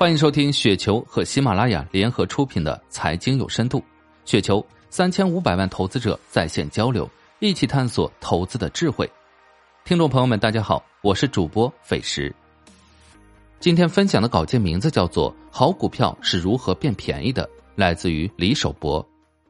欢迎收听雪球和喜马拉雅联合出品的财经有深度。雪球3500万投资者在线交流，一起探索投资的智慧。听众朋友们大家好，我是主播斐石。今天分享的稿件名字叫做好股票是如何变便宜的，来自于李守博。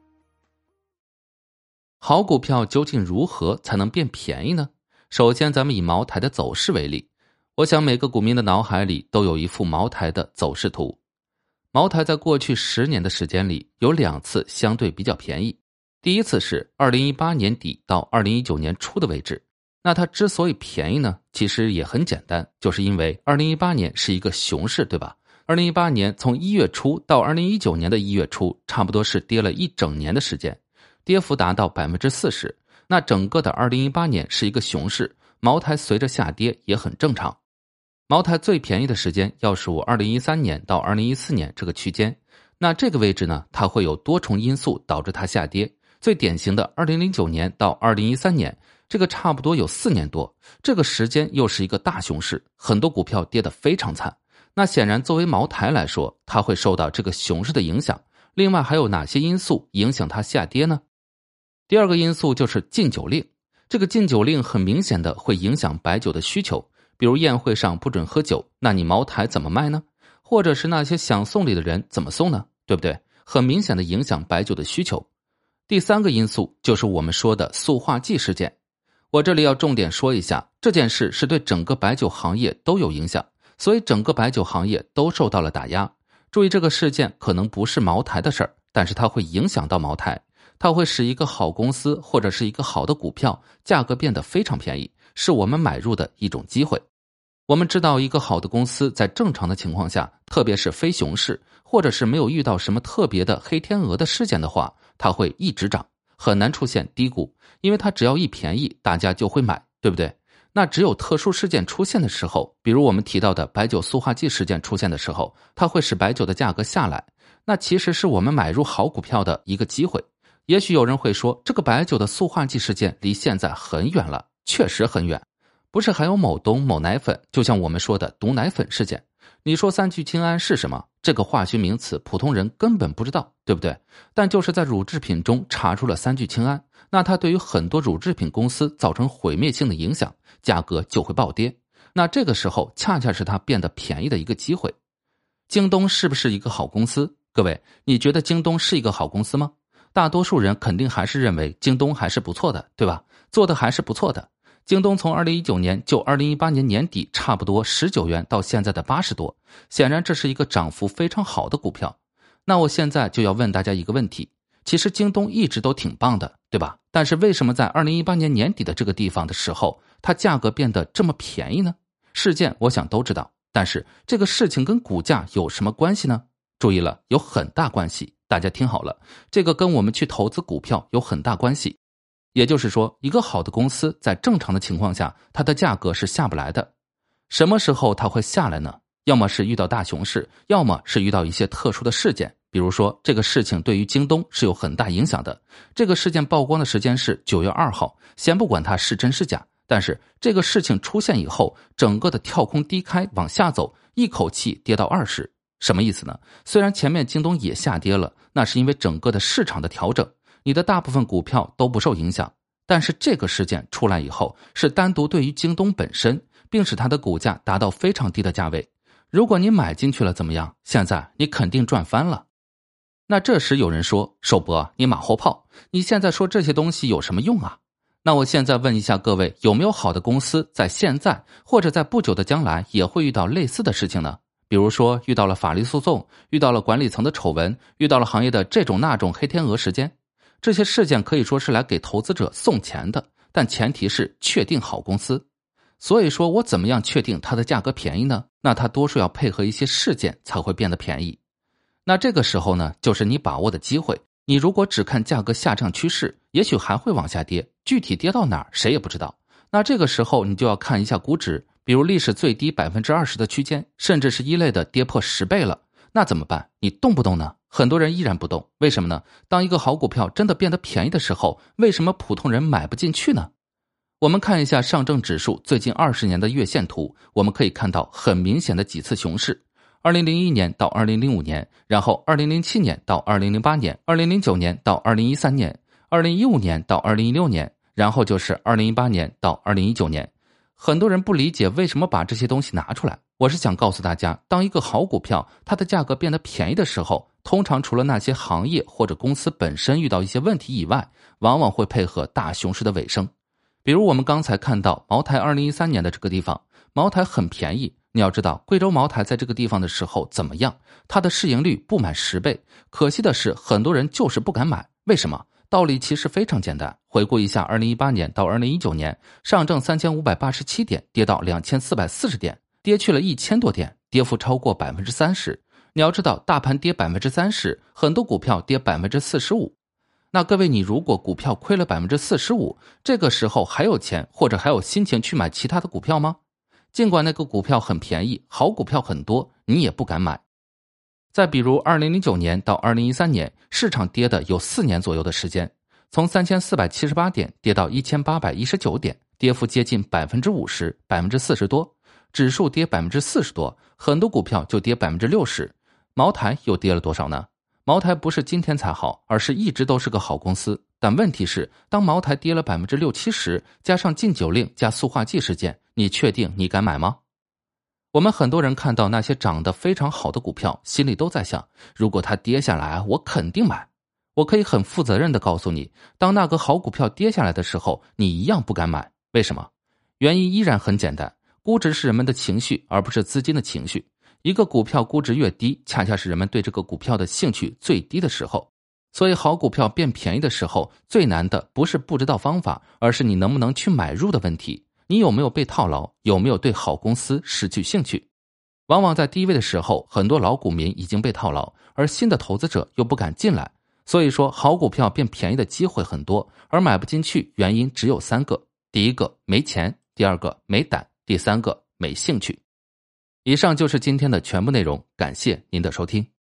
好股票究竟如何才能变便宜呢？首先咱们以茅台的走势为例，我想每个股民的脑海里都有一幅茅台的走势图。茅台在过去10年的时间里有2次相对比较便宜，第一次是2018年底到2019年初的位置。那它之所以便宜呢，其实也很简单，就是因为2018年是一个熊市，对吧？2018年从1月初到2019年的1月初，差不多是跌了一整年的时间，跌幅达到 40%。 那整个的2018年是一个熊市，茅台随着下跌也很正常。茅台最便宜的时间要数2013年到2014年这个区间，那这个位置呢，它会有多重因素导致它下跌。最典型的2009年到2013年，这个差不多有4年多，这个时间又是一个大熊市，很多股票跌得非常惨。那显然作为茅台来说，它会受到这个熊市的影响。另外还有哪些因素影响它下跌呢？第二个因素就是禁酒令。这个禁酒令很明显的会影响白酒的需求，比如宴会上不准喝酒，那你茅台怎么卖呢？或者是那些想送礼的人怎么送呢？对不对？很明显的影响白酒的需求。第三个因素就是我们说的塑化剂事件。我这里要重点说一下，这件事是对整个白酒行业都有影响，所以整个白酒行业都受到了打压。注意，这个事件可能不是茅台的事儿，但是它会影响到茅台，它会使一个好公司或者是一个好的股票价格变得非常便宜，是我们买入的一种机会。我们知道一个好的公司在正常的情况下，特别是非熊市，或者是没有遇到什么特别的黑天鹅的事件的话，它会一直涨，很难出现低谷，因为它只要一便宜，大家就会买，对不对？那只有特殊事件出现的时候，比如我们提到的白酒塑化剂事件出现的时候，它会使白酒的价格下来，那其实是我们买入好股票的一个机会。也许有人会说，这个白酒的塑化剂事件离现在很远了，确实很远。不是还有某东某奶粉，就像我们说的毒奶粉事件。你说三聚氰胺是什么？这个化学名词普通人根本不知道，对不对？但就是在乳制品中查出了三聚氰胺，那它对于很多乳制品公司造成毁灭性的影响，价格就会暴跌。那这个时候恰恰是它变得便宜的一个机会。京东是不是一个好公司？各位，你觉得京东是一个好公司吗？大多数人肯定还是认为京东还是不错的，对吧？做的还是不错的。京东从2019年就2018年年底差不多19元到现在的80多，显然这是一个涨幅非常好的股票。那我现在就要问大家一个问题，其实京东一直都挺棒的，对吧？但是为什么在2018年年底的这个地方的时候，它价格变得这么便宜呢？事件我想都知道，但是这个事情跟股价有什么关系呢？注意了，有很大关系，大家听好了，这个跟我们去投资股票有很大关系。也就是说，一个好的公司在正常的情况下，它的价格是下不来的。什么时候它会下来呢？要么是遇到大熊市，要么是遇到一些特殊的事件，比如说这个事情对于京东是有很大影响的。这个事件曝光的时间是9月2号，先不管它是真是假，但是这个事情出现以后，整个的跳空低开往下走，一口气跌到20。什么意思呢？虽然前面京东也下跌了，那是因为整个的市场的调整，你的大部分股票都不受影响，但是这个事件出来以后，是单独对于京东本身，并使它的股价达到非常低的价位。如果你买进去了怎么样？现在你肯定赚翻了。那这时有人说，守博，你马后炮，你现在说这些东西有什么用啊？那我现在问一下各位，有没有好的公司在现在或者在不久的将来也会遇到类似的事情呢？比如说遇到了法律诉讼，遇到了管理层的丑闻，遇到了行业的这种那种黑天鹅事件。这些事件可以说是来给投资者送钱的，但前提是确定好公司。所以说我怎么样确定它的价格便宜呢？那它多数要配合一些事件才会变得便宜。那这个时候呢，就是你把握的机会。你如果只看价格下降趋势，也许还会往下跌，具体跌到哪儿谁也不知道。那这个时候你就要看一下估值，比如历史最低 20% 的区间，甚至是一类的跌破10倍了，那怎么办？你动不动呢？很多人依然不动，为什么呢？当一个好股票真的变得便宜的时候，为什么普通人买不进去呢？我们看一下上证指数最近20年的月线图，我们可以看到很明显的几次熊市。 2001年到2005年，然后2007年到2008年，2009年到2013年，2015年到2016年，然后就是2018年到2019年。很多人不理解为什么把这些东西拿出来，我是想告诉大家，当一个好股票它的价格变得便宜的时候，通常除了那些行业或者公司本身遇到一些问题以外，往往会配合大熊市的尾声。比如我们刚才看到茅台2013年的这个地方，茅台很便宜，你要知道贵州茅台在这个地方的时候怎么样，它的市盈率不满10倍，可惜的是很多人就是不敢买。为什么？道理其实非常简单，回顾一下2018年到2019年，上证3587点跌到2440点，跌去了1000多点，跌幅超过 30%。 你要知道大盘跌 30%， 很多股票跌 45%。 那各位，你如果股票亏了 45%， 这个时候还有钱或者还有心情去买其他的股票吗？尽管那个股票很便宜，好股票很多，你也不敢买。再比如2009年到2013年，市场跌的有4年左右的时间，从3478点跌到1819点，跌幅接近 50%， 40%多，指数跌 40% 多，很多股票就跌 60%。 茅台又跌了多少呢？茅台不是今天才好，而是一直都是个好公司，但问题是当茅台跌了 60-70%， 加上禁酒令加塑化剂事件，你确定你敢买吗？我们很多人看到那些涨得非常好的股票，心里都在想，如果它跌下来，我肯定买。我可以很负责任地告诉你，当那个好股票跌下来的时候，你一样不敢买。为什么？原因依然很简单，估值是人们的情绪，而不是资金的情绪。一个股票估值越低，恰恰是人们对这个股票的兴趣最低的时候。所以好股票变便宜的时候，最难的不是不知道方法，而是你能不能去买入的问题。你有没有被套牢？有没有对好公司失去兴趣？往往在低位的时候，很多老股民已经被套牢，而新的投资者又不敢进来。所以说好股票变便宜的机会很多，而买不进去原因只有3个。第一个没钱，第二个没胆，第三个没兴趣。以上就是今天的全部内容，感谢您的收听。